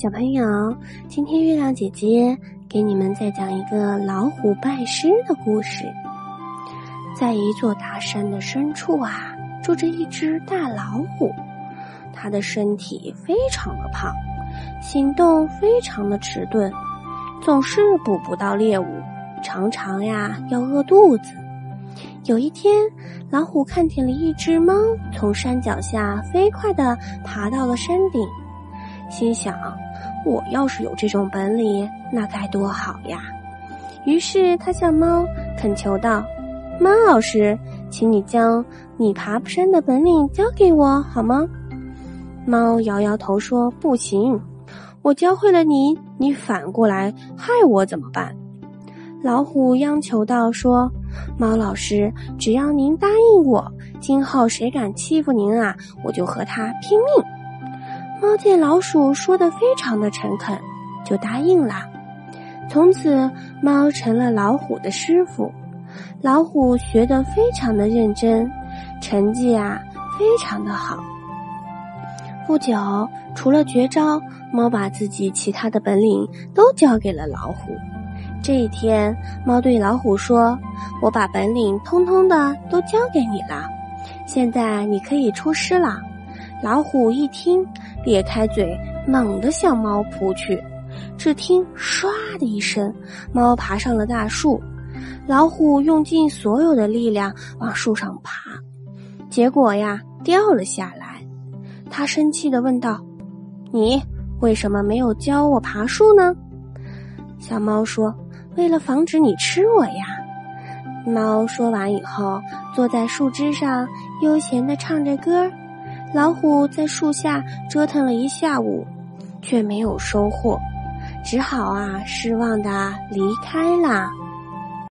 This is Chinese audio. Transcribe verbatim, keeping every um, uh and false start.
小朋友，今天月亮姐姐给你们再讲一个老虎拜师的故事。在一座大山的深处啊，住着一只大老虎，它的身体非常的胖，行动非常的迟钝，总是捕不到猎物，常常呀要饿肚子。有一天，老虎看见了一只猫从山脚下飞快地爬到了山顶，心想，我要是有这种本领，那该多好呀。于是他向猫恳求道，猫老师，请你将你爬山的本领教给我好吗？猫摇摇头说，不行，我教会了你，你反过来害我怎么办？老虎央求道说，猫老师，只要您答应我，今后谁敢欺负您啊，我就和他拼命。猫见老鼠说得非常的诚恳，就答应了。从此猫成了老虎的师傅，老虎学得非常的认真，成绩啊非常的好。不久，除了绝招，猫把自己其他的本领都交给了老虎。这一天，猫对老虎说，我把本领通通的都交给你了，现在你可以出师了。老虎一听，咧开嘴，猛地向猫扑去。只听唰的一声，猫爬上了大树。老虎用尽所有的力量往树上爬，结果呀，掉了下来。他生气地问道，你为什么没有教我爬树呢？小猫说，为了防止你吃我呀。猫说完以后，坐在树枝上悠闲地唱着歌。老虎在树下折腾了一下午，却没有收获，只好啊失望地离开了。